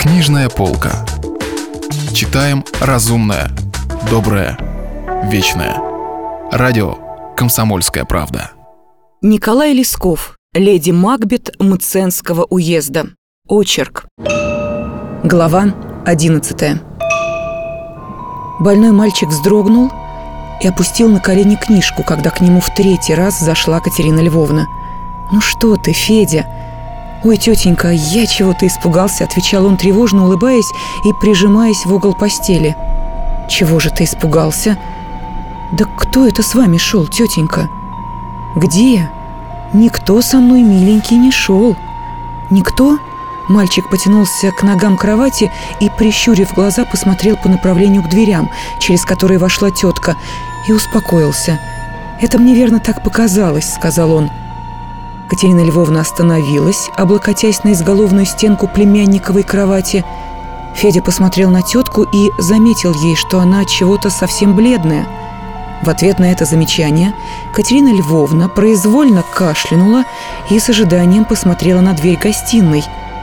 Книжная полка. Читаем разумное, доброе, вечное. Радио «Комсомольская правда». Николай Лесков. Леди Макбет Мценского уезда. Очерк. Глава 11. Больной мальчик вздрогнул и опустил на колени книжку, когда к нему в третий раз зашла Катерина Львовна. «Ну что ты, Федя?» «Ой, тетенька, я чего-то испугался», — отвечал он, тревожно улыбаясь и прижимаясь в угол постели. «Чего же ты испугался?» «Да кто это с вами шел, тетенька?» «Где?» «Никто со мной, миленький, не шел». «Никто?» Мальчик потянулся к ногам кровати и, прищурив глаза, посмотрел по направлению к дверям, через которые вошла тетка, и успокоился. «Это мне верно так показалось», — сказал он. Катерина Львовна остановилась, облокотясь на изголовную стенку племянниковой кровати. Федя посмотрел на тетку и заметил ей, что она от чего-то совсем бледная. В ответ на это замечание Катерина Львовна произвольно кашлянула и с ожиданием посмотрела на дверь гостиной.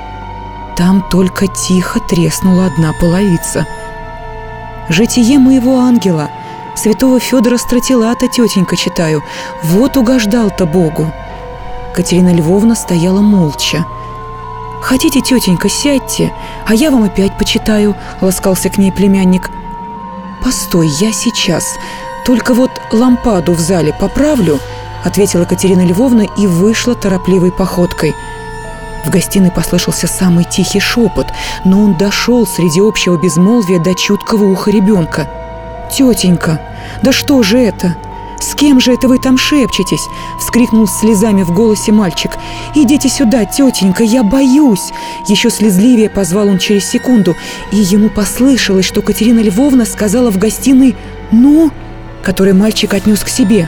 Там только тихо треснула одна половица. «Житие моего ангела, святого Федора Стратилата, тетенька, читаю. Вот угождал-то Богу». Катерина Львовна стояла молча. «Хотите, тетенька, сядьте, а я вам опять почитаю», — ласкался к ней племянник. «Постой, я сейчас. Только вот лампаду в зале поправлю», — ответила Катерина Львовна и вышла торопливой походкой. В гостиной послышался самый тихий шепот, но он дошел среди общего безмолвия до чуткого уха ребенка. «Тетенька, да что же это? С кем же это вы там шепчетесь?» — вскрикнул с слезами в голосе мальчик. «Идите сюда, тетенька, я боюсь!» Еще слезливее позвал он через секунду, и ему послышалось, что Катерина Львовна сказала в гостиной «ну», который мальчик отнес к себе.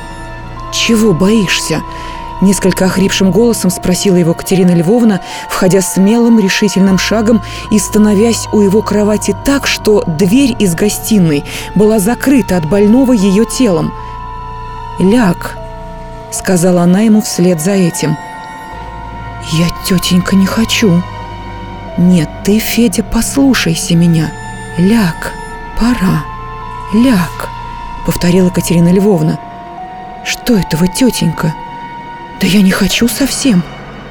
«Чего боишься?» — несколько охрипшим голосом спросила его Катерина Львовна, входя смелым решительным шагом и становясь у его кровати так, что дверь из гостиной была закрыта от больного ее телом. «Ляг», — сказала она ему вслед за этим. «Я, тетенька, не хочу». «Нет, ты, Федя, послушайся меня. Ляг, пора. Ляг», — повторила Катерина Львовна. «Что это вы, тетенька?» «Да я не хочу совсем».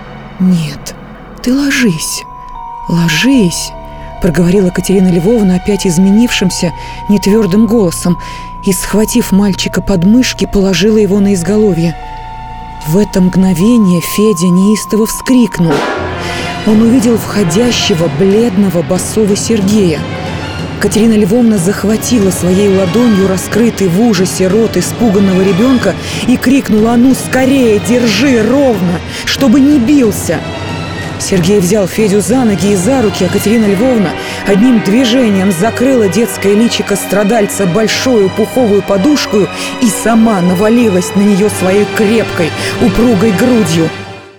«Нет, ты ложись, ложись», — проговорила Катерина Львовна опять изменившимся, нетвердым голосом и, схватив мальчика под мышки, положила его на изголовье. В это мгновение Федя неистово вскрикнул. Он увидел входящего бледного босого Сергея. Катерина Львовна захватила своей ладонью раскрытый в ужасе рот испуганного ребенка и крикнула: «А ну, скорее, держи ровно, чтобы не бился!» Сергей взял Федю за ноги и за руки, а Катерина Львовна одним движением закрыла детское личико страдальца большую пуховую подушкой и сама навалилась на нее своей крепкой, упругой грудью.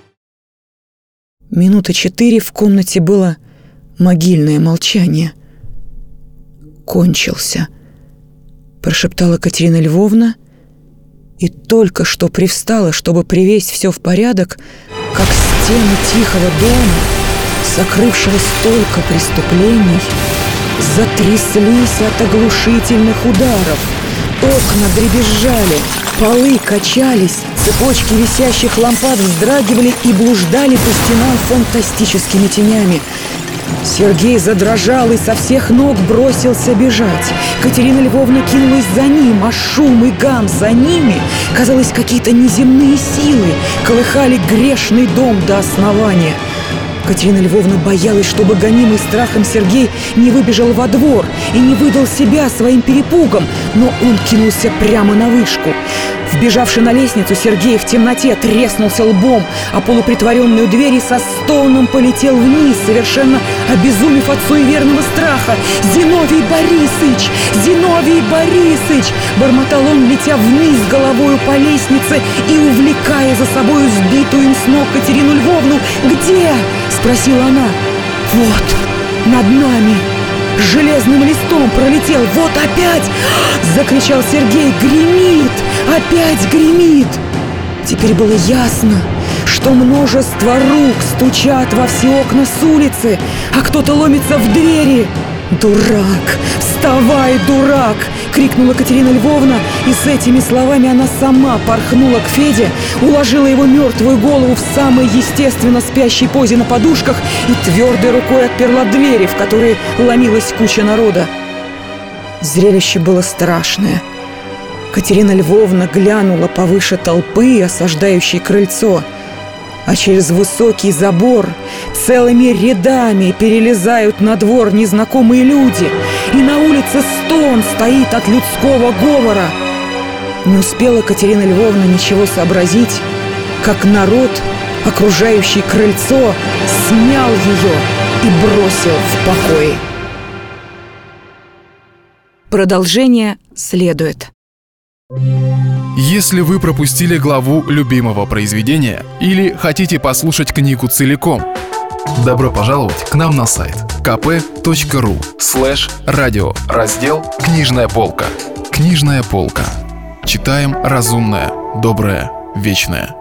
Минуты 4 в комнате было могильное молчание. «Кончился», — прошептала Катерина Львовна и только что привстала, чтобы привести все в порядок, как стены тихого дома, сокрывшего столько преступлений, затряслись от оглушительных ударов. Окна дребезжали, полы качались, цепочки висящих лампад вздрагивали и блуждали по стенам фантастическими тенями. Сергей задрожал и со всех ног бросился бежать. Катерина Львовна кинулась за ним, а шум и гам за ними, казалось, какие-то неземные силы колыхали грешный дом до основания. Катерина Львовна боялась, чтобы гонимый страхом Сергей не выбежал во двор и не выдал себя своим перепугом, но он кинулся прямо на вышку. Вбежавший на лестницу, Сергей в темноте треснулся лбом о полупритворенную дверь и со стоном полетел вниз, совершенно обезумев от суеверного страха. «Зиновий Борисыч! Зиновий Борисыч!» бормотал он, летя вниз головою по лестнице и увлекая за собою сбитую им с ног Катерину Львовну. «Где?» — спросила она. «Вот, над нами!» Железным листом пролетел. «Вот опять!» — закричал Сергей. «Гремит! Опять гремит!» Теперь было ясно, что что множество рук стучат во все окна с улицы, а кто-то ломится в двери. «Дурак! Вставай, дурак!» — крикнула Катерина Львовна, и с этими словами она сама порхнула к Феде, уложила его мертвую голову в самой естественно спящей позе на подушках и твердой рукой отперла двери, в которые ломилась куча народа. Зрелище было страшное. Катерина Львовна глянула повыше толпы, осаждающей крыльцо, а через высокий забор целыми рядами перелезают на двор незнакомые люди, и на улице стон стоит от людского говора. Не успела Катерина Львовна ничего сообразить, как народ, окружающий крыльцо, смял ее и бросил в покое. Продолжение следует. Если вы пропустили главу любимого произведения или хотите послушать книгу целиком, добро пожаловать к нам на сайт kp.ru/радио, раздел «Книжная полка». Книжная полка. Читаем разумное, доброе, вечное.